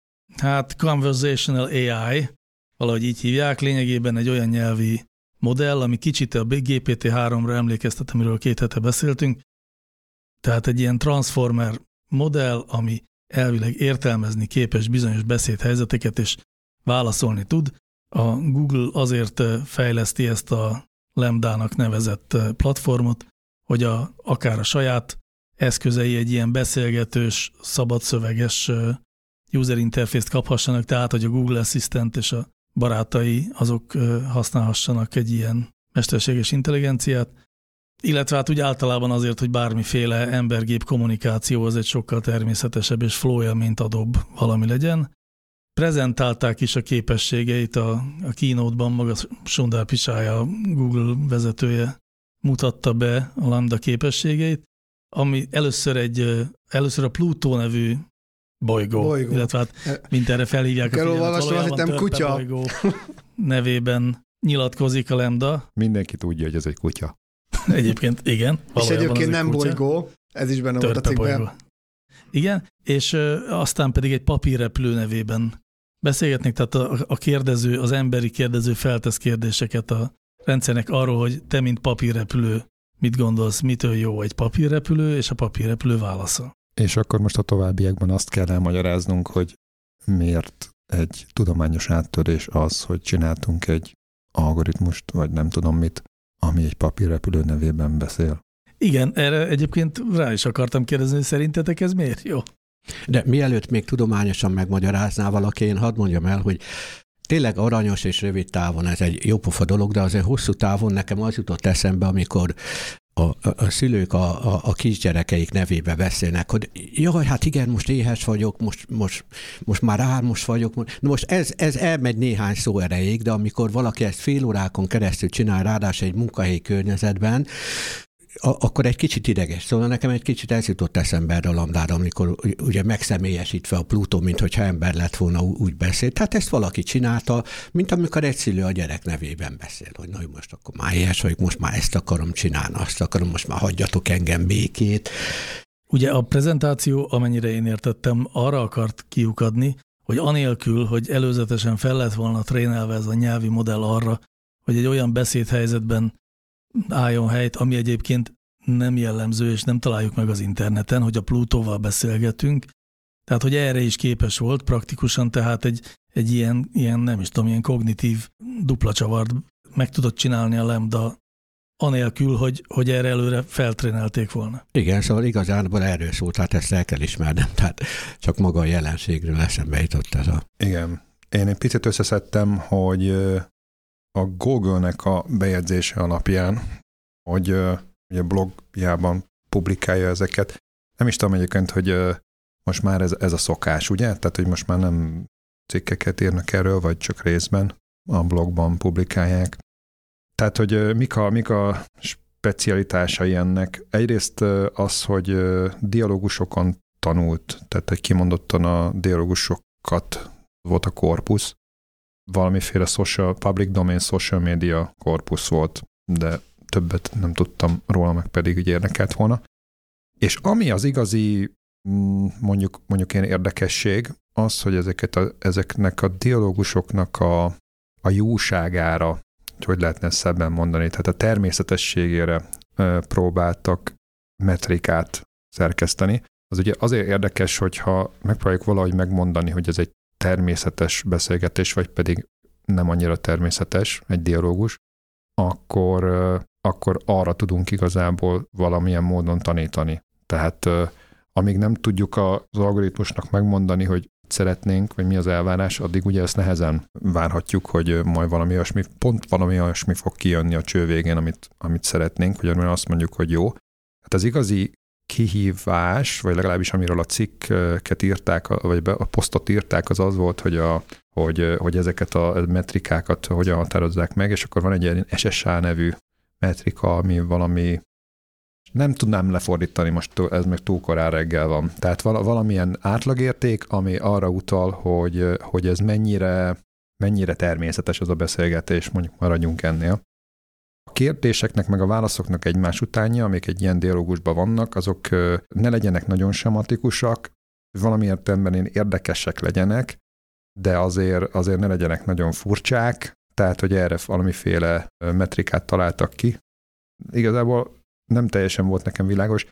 Conversational AI, valahogy így hívják, lényegében egy olyan nyelvi modell, ami kicsit a GPT-3-ra emlékeztet, amiről 2 hete beszéltünk. Tehát egy ilyen transformer modell, ami elvileg értelmezni képes bizonyos beszédhelyzeteket, és válaszolni tud. A Google azért fejleszti ezt a Lambda-nak nevezett platformot, hogy akár a saját eszközei egy ilyen beszélgetős, szabadszöveges user interface-t kaphassanak, tehát hogy a Google Assistant és a barátai azok használhassanak egy ilyen mesterséges intelligenciát, illetve hát úgy általában azért, hogy bármiféle ember-gép kommunikáció az egy sokkal természetesebb és flow élményt adóbb valami legyen. Prezentálták is a képességeit a keynote-ban, maga Sundar Pichai, a Google vezetője mutatta be a Lambda képességeit, ami először a Pluto nevű bolygó. Illetve hát mint erre felhívják a figyelmet, valójában kutya bolygó nevében nyilatkozik a Lambda. Mindenki tudja, hogy ez egy kutya. Egyébként igen. És egyébként nem bolygó, ez is benne volt a cikkben. Igen, és aztán pedig egy papírrepülő nevében beszélgetnek, tehát a kérdező, az emberi kérdező feltesz kérdéseket a rendszernek arról, hogy te, mint papírrepülő, mit gondolsz, mitől jó egy papírrepülő, és a papírrepülő válaszol. És akkor most a továbbiakban azt kell elmagyaráznunk, hogy miért egy tudományos áttörés az, hogy csináltunk egy algoritmust, vagy nem tudom mit, ami egy papírrepülő nevében beszél. Igen, erre egyébként rá is akartam kérdezni, hogy szerintetek ez miért jó? De mielőtt még tudományosan megmagyarázná valaki, én hadd mondjam el, hogy tényleg aranyos és rövid távon ez egy jópofa dolog, de azért hosszú távon nekem az jutott eszembe, amikor a szülők a kisgyerekeik nevébe beszélnek, hogy jaj, hát igen, most éhes vagyok, most már ármos vagyok. Na most ez elmegy néhány szó erejéig, de amikor valaki ezt fél órákon keresztül csinál, ráadásul egy munkahelyi környezetben, akkor egy kicsit ideges. Szóval nekem egy kicsit ez jutott eszembe erre a Lambdára, amikor ugye megszemélyesítve a Plutó, mint hogyha ember lett volna, úgy beszél. Tehát ezt valaki csinálta, mint amikor egy szülő a gyerek nevében beszél, hogy na, most akkor már éhes vagyok, most már ezt akarom csinálni, azt akarom, most már hagyjatok engem békét. Ugye a prezentáció, amennyire én értettem, arra akart kiukadni, hogy anélkül, hogy előzetesen fel lett volna trénelve ez a nyelvi modell arra, hogy egy olyan beszédhelyzetben álljon helyt, ami egyébként nem jellemző, és nem találjuk meg az interneten, hogy a Plutóval beszélgetünk. Tehát, hogy erre is képes volt praktikusan, tehát egy ilyen nem is tudom, ilyen kognitív dupla csavart meg tudott csinálni a Lambda, anélkül, hogy erre előre feltrénelték volna. Igen, szóval igazából erről szólt, tehát ezt el kell ismernem, tehát csak maga a jelenségről eszembe jutott ez a... Igen. Én egy picit összeszedtem, hogy a Google-nek a bejegyzése alapján, hogy ugye blogjában publikálja ezeket. Nem is tudom egyébként, hogy most már ez a szokás, ugye? Tehát, hogy most már nem cikkeket írnak erről, vagy csak részben a blogban publikálják. Tehát, hogy mik a specialitásai ennek? Egyrészt az, hogy dialógusokon tanult, tehát hogy kimondottan a dialógusokat volt a korpusz, valamiféle public domain social media korpusz volt, de többet nem tudtam róla, meg pedig úgy érdekelt volna. És ami az igazi, mondjuk ilyen érdekesség, az, hogy ezeknek a dialógusoknak a jóságára, hogy lehetne szebben mondani, tehát a természetességére próbáltak metrikát szerkeszteni. Az ugye azért érdekes, hogyha megpróbáljuk valahogy megmondani, hogy ez egy természetes beszélgetés, vagy pedig nem annyira természetes egy dialógus, akkor arra tudunk igazából valamilyen módon tanítani. Tehát amíg nem tudjuk az algoritmusnak megmondani, hogy szeretnénk, vagy mi az elvárás, addig ugye ezt nehezen várhatjuk, hogy majd valami olyasmi fog kijönni a cső végén, amit szeretnénk, vagy amire azt mondjuk, hogy jó. Hát az igazi kihívás, vagy legalábbis amiről a cikket írták, vagy a posztot írták, az volt, hogy ezeket a metrikákat hogyan határozzák meg, és akkor van egy ilyen SSA nevű metrika, ami valami, nem tudnám lefordítani, most ez meg túl korán reggel van. Tehát valamilyen átlagérték, ami arra utal, hogy ez mennyire természetes az a beszélgetés, mondjuk maradjunk ennél. A kérdéseknek meg a válaszoknak egymás utánja, amik egy ilyen dialógusban vannak, azok ne legyenek nagyon sematikusak, valami értelemben érdekesek legyenek, de azért ne legyenek nagyon furcsák, tehát hogy erre valamiféle metrikát találtak ki. Igazából nem teljesen volt nekem világos,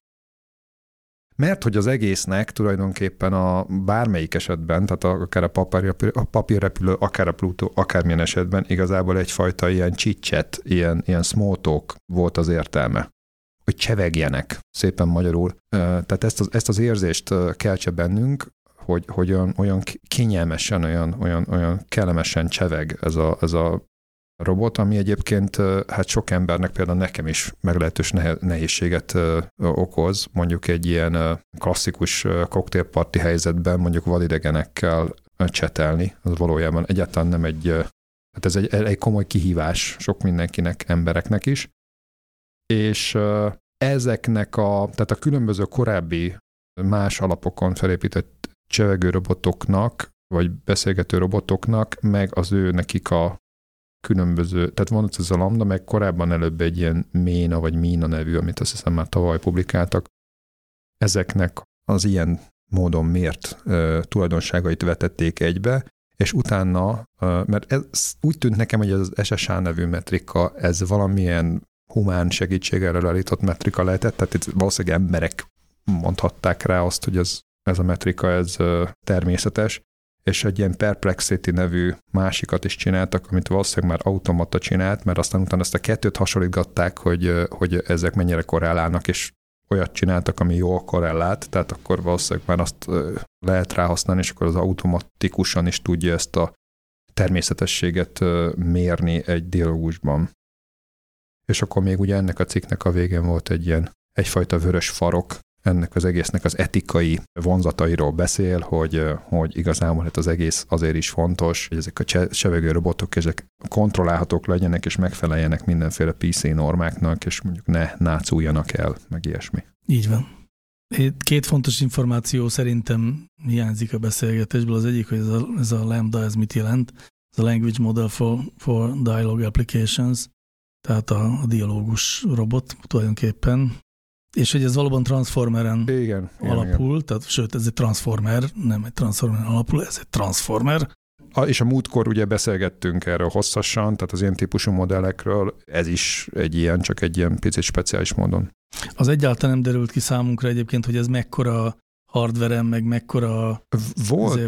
mert hogy az egésznek tulajdonképpen a bármelyik esetben, tehát akár a papírrepülő, akár a Pluto, akármilyen esetben igazából egyfajta ilyen chit-chat, ilyen small talk volt az értelme, hogy csevegjenek szépen magyarul. Tehát ezt az érzést keltse bennünk, hogy olyan kényelmesen, olyan kellemesen cseveg ez a robot, ami egyébként hát sok embernek, például nekem is meglehetős nehézséget okoz, mondjuk egy ilyen klasszikus koktélparti helyzetben mondjuk vadidegenekkel csetelni, az valójában egyáltalán nem hát ez egy komoly kihívás sok mindenkinek, embereknek is, és ezeknek tehát a különböző korábbi más alapokon felépített csevegő robotoknak, vagy beszélgető robotoknak, meg az nekik a különböző, tehát van ez a Lambda, meg korábban előbb egy ilyen Ména vagy Mina nevű, amit azt hiszem már tavaly publikáltak. Ezeknek az ilyen módon mért tulajdonságait vetették egybe, és utána, mert ez úgy tűnt nekem, hogy az SSA nevű metrika, ez valamilyen humán segítséggel állított metrika lehetett, tehát itt valószínűleg emberek mondhatták rá azt, hogy ez a metrika, ez természetes, és egy ilyen Perplexity nevű másikat is csináltak, amit valószínűleg már automata csinált, mert aztán utána ezt a kettőt hasonlítgatták, hogy ezek mennyire korrelálnak, és olyat csináltak, ami jól korrelált, tehát akkor valószínűleg már azt lehet ráhasználni, és akkor az automatikusan is tudja ezt a természetességet mérni egy dialógusban. És akkor még ugye ennek a cikknek a végén volt egyfajta vörös farok, ennek az egésznek az etikai vonzatairól beszél, hogy igazából hát az egész azért is fontos, hogy ezek a csevegő robotok ezek kontrollálhatók legyenek, és megfeleljenek mindenféle PC normáknak, és mondjuk ne náculjanak el, meg ilyesmi. Így van. Két fontos információ szerintem hiányzik a beszélgetésből. Az egyik, hogy ez a Lambda, ez mit jelent? Ez a Language Model for Dialogue Applications, tehát a dialógus robot tulajdonképpen. És hogy ez valóban transformeren alapul, igen. Tehát, sőt, ez egy transformer, nem egy transformeren alapul, ez egy transformer. És a múltkor ugye beszélgettünk erről hosszasan, tehát az ilyen típusú modellekről, ez is egy ilyen, csak egy ilyen picit speciális módon. Az egyáltalán nem derült ki számunkra egyébként, hogy ez mekkora hardveren, meg mekkora volt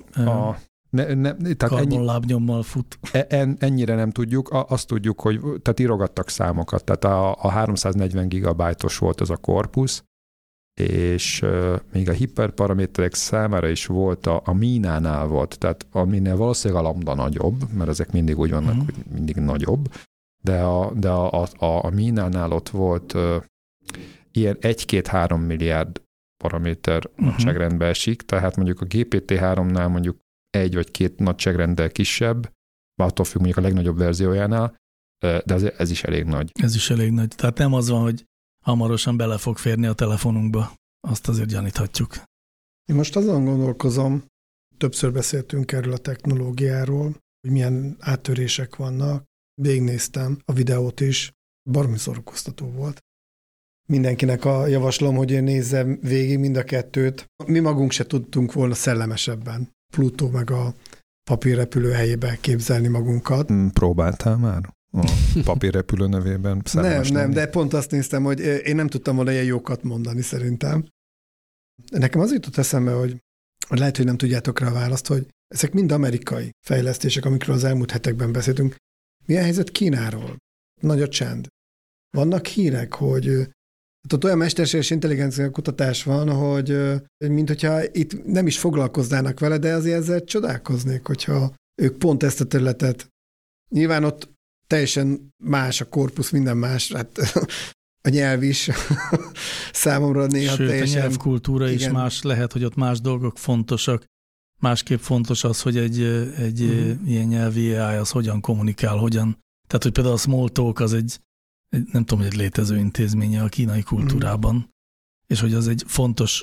karbonlábnyommal fut. Ennyire nem tudjuk, azt tudjuk, hogy tehát írogattak számokat, tehát a 340 gigabájtos volt ez a korpusz, és még a hiperparaméterek számára is volt, a Minánál volt, tehát aminél valószínűleg a lambda nagyobb, mert ezek mindig úgy vannak, hogy mindig nagyobb, de a Minánál ott volt ilyen 1-2-3 milliárd paraméter nagyságrendbe esik, tehát mondjuk a GPT-3-nál mondjuk 1 vagy 2 nagyságrenddel kisebb, attól függ mondjuk a legnagyobb verziójánál, de ez is elég nagy. Ez is elég nagy. Tehát nem az van, hogy hamarosan bele fog férni a telefonunkba. Azt azért gyaníthatjuk. Én most azon gondolkozom, többször beszéltünk erről a technológiáról, hogy milyen áttörések vannak. Végignéztem a videót is, baromi szórakoztató volt. Mindenkinek javaslom, hogy nézzem végig mind a kettőt. Mi magunk se tudtunk volna szellemesebben Plutó meg a papírrepülő helyébe képzelni magunkat. Próbáltál már? A papírrepülő nevében nem, de pont azt néztem, hogy én nem tudtam volna ilyen jókat mondani szerintem. Nekem az jutott eszembe, hogy lehet, hogy nem tudjátok rá a választ, hogy ezek mind amerikai fejlesztések, amikről az elmúlt hetekben beszéltünk. Milyen helyzet Kínáról? Nagy a csend. Vannak hírek, hogy ott olyan mesterséges intelligencia kutatás van, hogy mint hogyha itt nem is foglalkoznának vele, de azért ezzel csodálkoznék, hogyha ők pont ezt a területet, nyilván ott teljesen más a korpusz, minden más, hát a nyelv is számomra néha sőt, teljesen... a nyelvkultúra is más, lehet, hogy ott más dolgok fontosak. Másképp fontos az, hogy egy ilyen nyelvi AI az hogyan kommunikál, hogyan. Tehát, hogy például a Smalltalk az egy nem tudom, hogy egy létező intézménye a kínai kultúrában, és hogy az egy fontos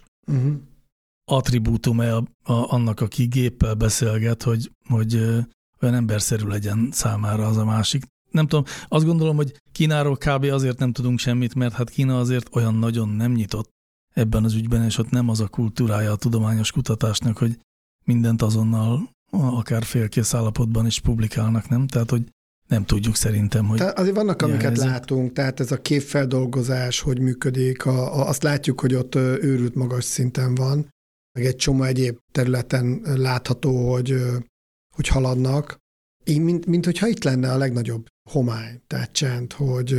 attribútum-e annak, aki géppel beszélget, hogy olyan emberszerű legyen számára az a másik. Nem tudom, azt gondolom, hogy Kínáról kb. Azért nem tudunk semmit, mert hát Kína azért olyan nagyon nem nyitott ebben az ügyben, és ott nem az a kultúrája a tudományos kutatásnak, hogy mindent azonnal akár félkész állapotban is publikálnak, nem? Tehát, hogy nem tudjuk szerintem, hogy... Tehát azért vannak, amiket látunk, tehát ez a képfeldolgozás, hogy működik, azt látjuk, hogy ott őrült magas szinten van, meg egy csomó egyéb területen látható, hogy haladnak. Én, mint hogyha itt lenne a legnagyobb homály, tehát csend, hogy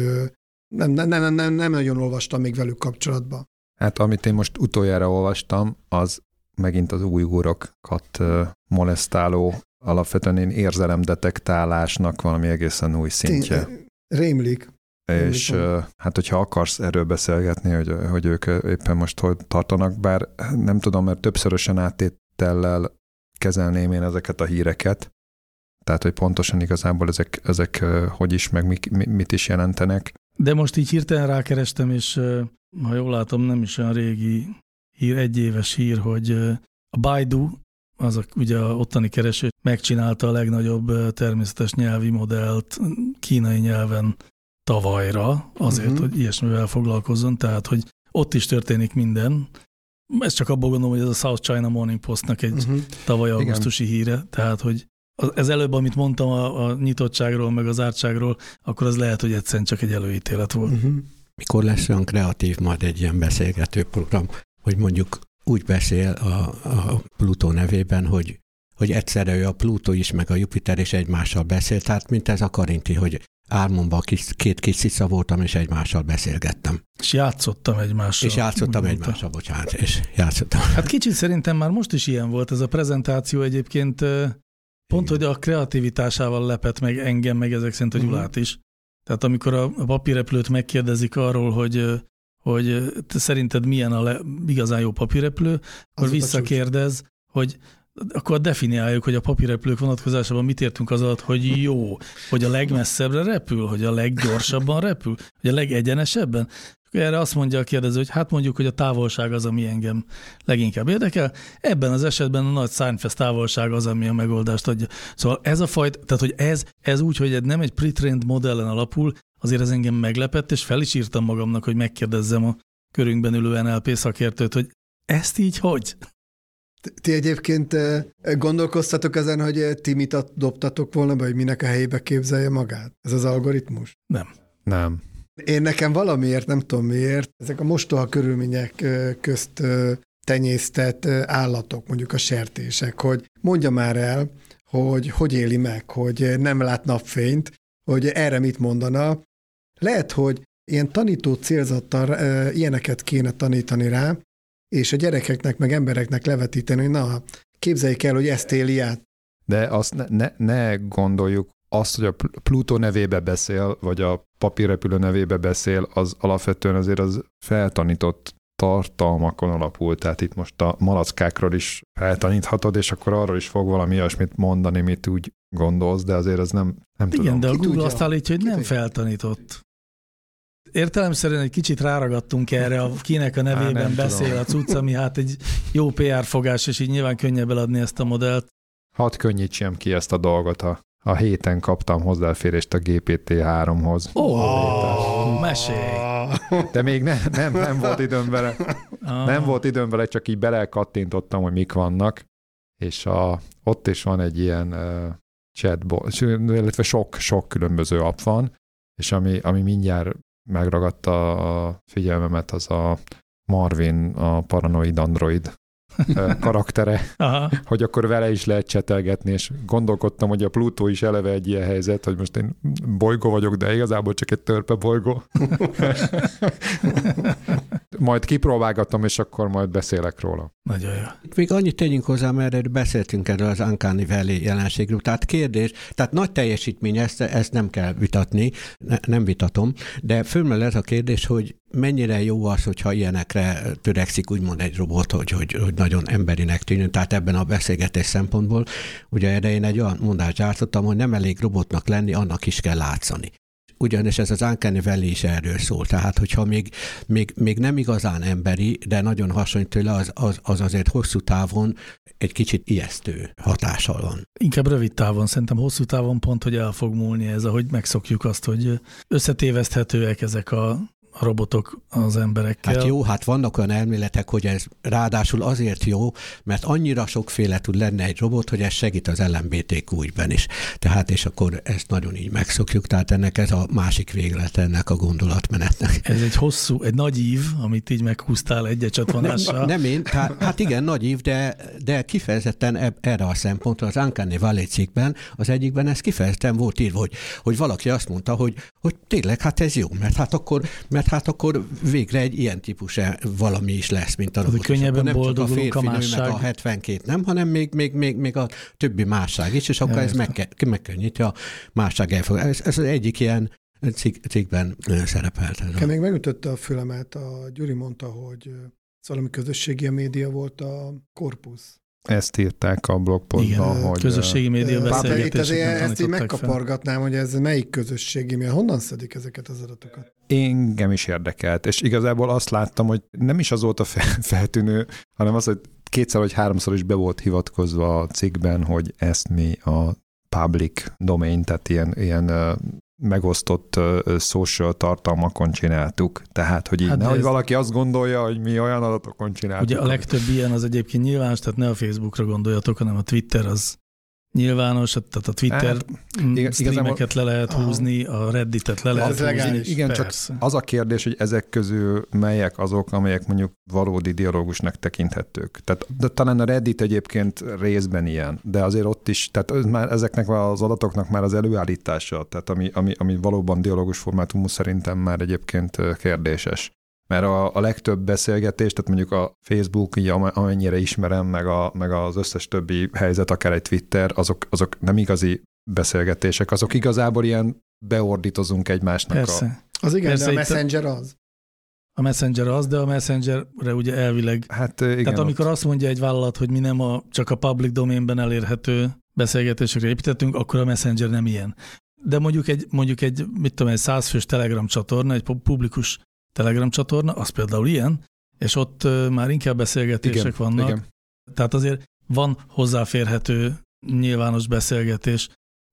nem nagyon olvastam még velük kapcsolatban. Hát amit én most utoljára olvastam, az megint az ujgurokat molesztáló, alapvetően én érzelemdetektálásnak valami egészen új szintje. Rémlik. És hát, hogyha akarsz erről beszélgetni, hogy ők éppen most hogy tartanak, bár nem tudom, mert többszörösen áttétellel kezelném én ezeket a híreket, tehát, hogy pontosan igazából ezek hogy is, meg mit is jelentenek. De most így hirtelen rákerestem, és ha jól látom, nem is olyan régi hír, egyéves hír, hogy a Baidu, az ugye a ottani kereső megcsinálta a legnagyobb természetes nyelvi modellt kínai nyelven tavalyra, azért, hogy ilyesmivel foglalkozzon, tehát, hogy ott is történik minden. Ez csak abból gondolom, hogy ez a South China Morning Postnak egy tavaly augusztusi híre, tehát, hogy ez előbb, amit mondtam a nyitottságról, meg az zártságról, akkor az lehet, hogy egyszerűen csak egy előítélet volt. Mikor lesz olyan kreatív majd egy ilyen beszélgető program, hogy mondjuk úgy beszél a Plutó nevében, hogy egyszerre ő a Plutó is, meg a Jupiter is egymással beszél, tehát mint ez a Karinti, hogy álmomban két kis szisza voltam, és egymással beszélgettem. És játszottam egymással. És játszottam egymással, bocsánat, és játszottam. Hát kicsit szerintem már most is ilyen volt ez a prezentáció egyébként, pont, hogy a kreativitásával lepett meg engem, meg ezek szerint a Gyulát is. Tehát amikor a papírrepülőt megkérdezik arról, hogy te szerinted milyen igazán jó papírrepülő, akkor visszakérdez, hogy akkor definiáljuk, hogy a papírrepülők vonatkozásában mit értünk az alatt, hogy jó, hogy a legmesszebbre repül, hogy a leggyorsabban repül, hogy a legegyenesebben. Erre azt mondja a kérdező, hogy hát mondjuk, hogy a távolság az, ami engem leginkább érdekel. Ebben az esetben a nagy Seinfeld távolság az, ami a megoldást adja. Szóval ez a fajta, tehát hogy ez úgy, hogy nem egy pre-trained modellen alapul, azért ez engem meglepett, és fel is írtam magamnak, hogy megkérdezzem a körünkben ülő NLP szakértőt, hogy ezt így hogy? Ti egyébként gondolkoztatok ezen, hogy ti mit dobtatok volna be, hogy minek a helyébe képzelje magát? Ez az algoritmus? Nem. Én nekem valamiért, nem tudom miért, ezek a mostoha körülmények közt tenyésztett állatok, mondjuk a sertések, hogy mondja már el, hogy éli meg, hogy nem lát napfényt, hogy erre mit mondana. Lehet, hogy ilyen tanító célzattal ilyeneket kéne tanítani rá, és a gyerekeknek, meg embereknek levetíteni, hogy na, képzeljék el, hogy ezt éli át. De azt ne gondoljuk, azt, hogy a Plutó nevébe beszél, vagy a papírrepülő nevébe beszél, az alapvetően azért az feltanított tartalmakon alapul. Tehát itt most a malackákról is feltaníthatod, és akkor arról is fog valami olyasmit mondani, mit úgy gondolsz, de azért az nem tudom. Igen, de a Google tudja? azt állítja, hogy nem feltanított. Értelemszerűen egy kicsit ráragadtunk erre, kinek a nevében beszél tudom. a cucc, ami hát egy jó PR fogás, és így nyilván könnyebb eladni ezt a modellt. Hadd könnyítsem ki ezt a dolgot. A héten kaptam hozzáférést a GPT-3-hoz. Mesélj! De még nem volt időm vele. Nem volt időm vele, csak így belekattintottam, hogy mik vannak, és ott is van egy ilyen chatbot, illetve sok különböző app van, és ami mindjárt megragadta a figyelmemet, az a Marvin, a paranoid android karaktere, Aha. hogy akkor vele is lehet csetelgetni, és gondolkodtam, hogy a Plutó is eleve egy ilyen helyzet, hogy most én bolygó vagyok, de igazából csak egy törpe bolygó. Majd kipróbálgatom, és akkor majd beszélek róla. Nagyon jó. Még annyit tegyünk hozzá, mert beszéltünk erről az Uncanny Valley jelenségről. Tehát kérdés, tehát nagy teljesítmény, ezt nem kell vitatni, nem vitatom, de fölmerül ez a kérdés, hogy mennyire jó az, hogyha ilyenekre törekszik úgymond egy robot, hogy nagyon emberinek tűnjön, tehát ebben a beszélgetés szempontból. Ugye erre én egy olyan mondást gyártottam, hogy nem elég robotnak lenni, annak is kell látszani. Ugyanis ez az Uncanny Valley is erről szól. Tehát, hogyha még nem igazán emberi, de nagyon hasonlít tőle, az azért hosszú távon egy kicsit ijesztő hatással van. Inkább rövid távon, szerintem hosszú távon pont, hogy el fog múlni ez, ahogy megszokjuk azt, hogy összetéveszthetőek ezek a robotok az emberekkel. Hát jó, hát vannak olyan elméletek, hogy ez ráadásul azért jó, mert annyira sokféle tud lenni egy robot, hogy ez segít az LMBTQ ügyben is. Tehát, és akkor ezt nagyon így megszokjuk, tehát ennek ez a másik véglete ennek a gondolatmenetnek. Ez egy hosszú, egy nagy ív, amit így meghúztál egy csatvonással. Nem én, hát igen, nagy ív, de kifejezetten erre a szempontra az Uncanny Valley cikkben, az egyikben ez kifejezetten volt írva, hogy valaki azt mondta, hogy tényleg, hát ez jó, mert hát akkor végre egy ilyen típus valami is lesz, mint a robot. Könnyebben nem csak a férfi, másság. meg a 72, nem, hanem még a többi másság is, és akkor ez megkönnyíti a másság elfogadását. Ez az egyik ilyen cikkben szerepelt. Nekem még megütötte a fülemet, a Gyuri mondta, hogy valami közösségi média volt a korpusz. Ezt írták a blogpontban, hogy... közösségi média beszélgetéseken ezt így megkapargatnám, hogy ez melyik közösségi média, honnan szedik ezeket az adatokat? Engem is érdekelt, és igazából azt láttam, hogy nem is az volt a feltűnő, hanem az, hogy 2 vagy 3 is be volt hivatkozva a cikkben, hogy ezt mi a public domain, tehát ilyen megosztott social tartalmakon csináltuk. Tehát, hogy így hát nehogy valaki azt gondolja, hogy mi olyan adatokon csináltuk. Ugye a legtöbb ilyen az egyébként nyilvános, tehát ne a Facebookra gondoljatok, hanem a Twitter az nyilvános, tehát a Twitter streameket le lehet húzni, a Redditet le lehet húzni. Igen, persze. Csak az a kérdés, hogy ezek közül melyek azok, amelyek mondjuk valódi dialógusnak tekinthetők. Tehát, de talán a Reddit egyébként részben ilyen, de azért ott is, tehát már ezeknek az adatoknak már az előállítása, tehát ami valóban dialógus formátumú szerintem már egyébként kérdéses. Mert a legtöbb beszélgetés, tehát mondjuk a Facebook, így amennyire ismerem, meg az összes többi helyzet, akár egy Twitter, azok nem igazi beszélgetések, azok igazából ilyen beordítozunk egymásnak. Persze. Az igen, persze, de a Messenger az. A Messenger az, de a Messengerre ugye elvileg... Hát igen. Tehát amikor azt mondja egy vállalat, hogy mi nem csak a public domainben elérhető beszélgetésekre építettünk, akkor a Messenger nem ilyen. De mondjuk egy mit tudom, egy 100 fős Telegram csatorna, egy publikus Telegram csatorna, az például ilyen, és ott már inkább beszélgetések vannak. Igen. Tehát azért van hozzáférhető nyilvános beszélgetés.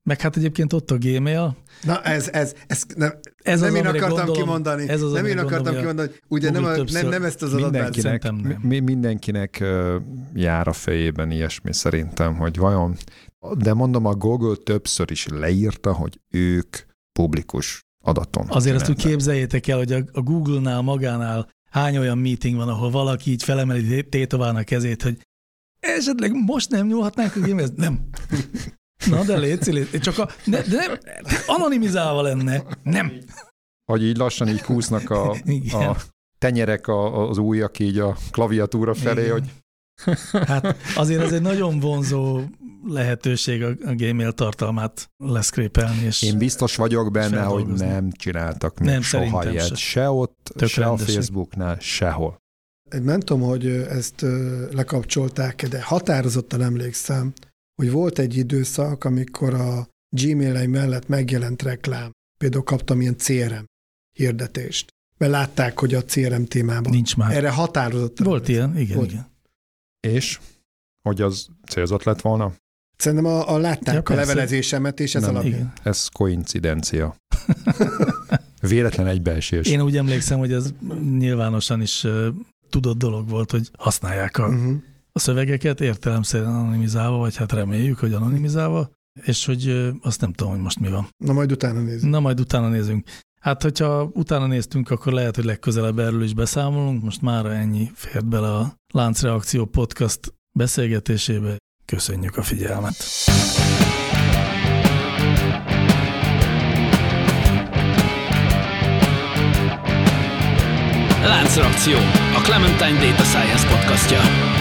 Meg hát egyébként ott a Gmail. Na ez nem én akartam kimondani. Nem én akartam kimondani, ugye nem ezt az adatbázist. Mindenkinek jár a fejében ilyesmi szerintem, hogy vajon, de mondom, a Google többször is leírta, hogy ők publikus adaton. Azért ezt úgy képzeljétek el, hogy a Google-nál magánál hány olyan meeting van, ahol valaki így felemeli tétován a kezét, hogy esetleg most nem nyúlhatnánk a Gmail-t? Nem. Na, de légy. Csak nem, anonimizálva lenne. Nem. Hogy így lassan így kúsznak a tenyerek, az ujjak így a klaviatúra felé, igen. hogy... Hát azért ez egy nagyon vonzó lehetőség a Gmail tartalmát leszkrépelni. Én biztos vagyok benne, hogy nem csináltak még soha ilyet. Se ott, se a Facebooknál, sehol. Nem tudom, hogy ezt lekapcsolták, de határozottan emlékszem, hogy volt egy időszak, amikor a Gmail-ei mellett megjelent reklám. Például kaptam ilyen CRM hirdetést. Mert látták, hogy a CRM témában. Nincs már. Erre határozottan. Volt ilyen, igen. És? Hogy az célzott lett volna? Szerintem látták a levelezésemet, és ez alapján. Igen. Ez koincidencia. Véletlen egybeesés. Én úgy emlékszem, hogy ez nyilvánosan is tudott dolog volt, hogy használják a szövegeket értelemszerűen anonimizálva, vagy hát reméljük, hogy anonimizálva, és hogy azt nem tudom, hogy most mi van. Na majd utána nézünk. Hát, hogyha utána néztünk, akkor lehet, hogy legközelebb erről is beszámolunk. Most már ennyi fért bele a Láncreakció podcast beszélgetésébe. Köszönjük a figyelmet! Láncreakció, a Clementine Data Science podcastja.